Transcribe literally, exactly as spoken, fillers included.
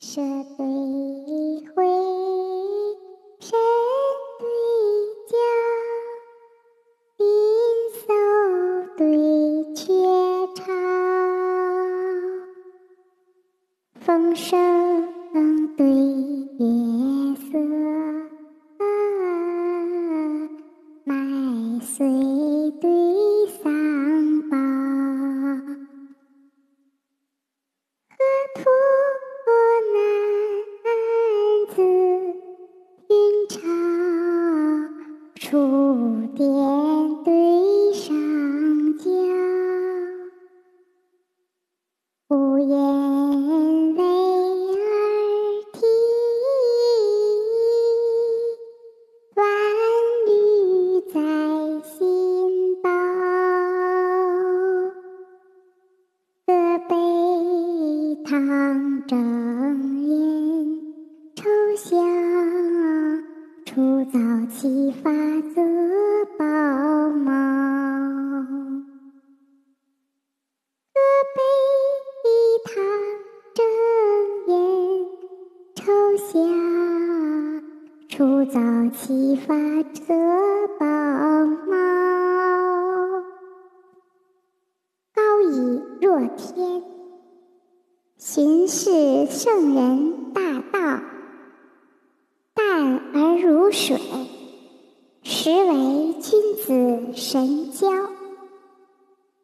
舍对慧，身对教，临叟对鹊巢，风声对月色，麦穗对桑苞，河图南子云潮，楚殿对上郊，无言为尔啼，万虑在心包，河北唐正言抽象，出早期发则宝毛，河北唐正言抽象，出早期发则宝毛，高以若天，巡视圣人大道，淡而如水，实为君子神交。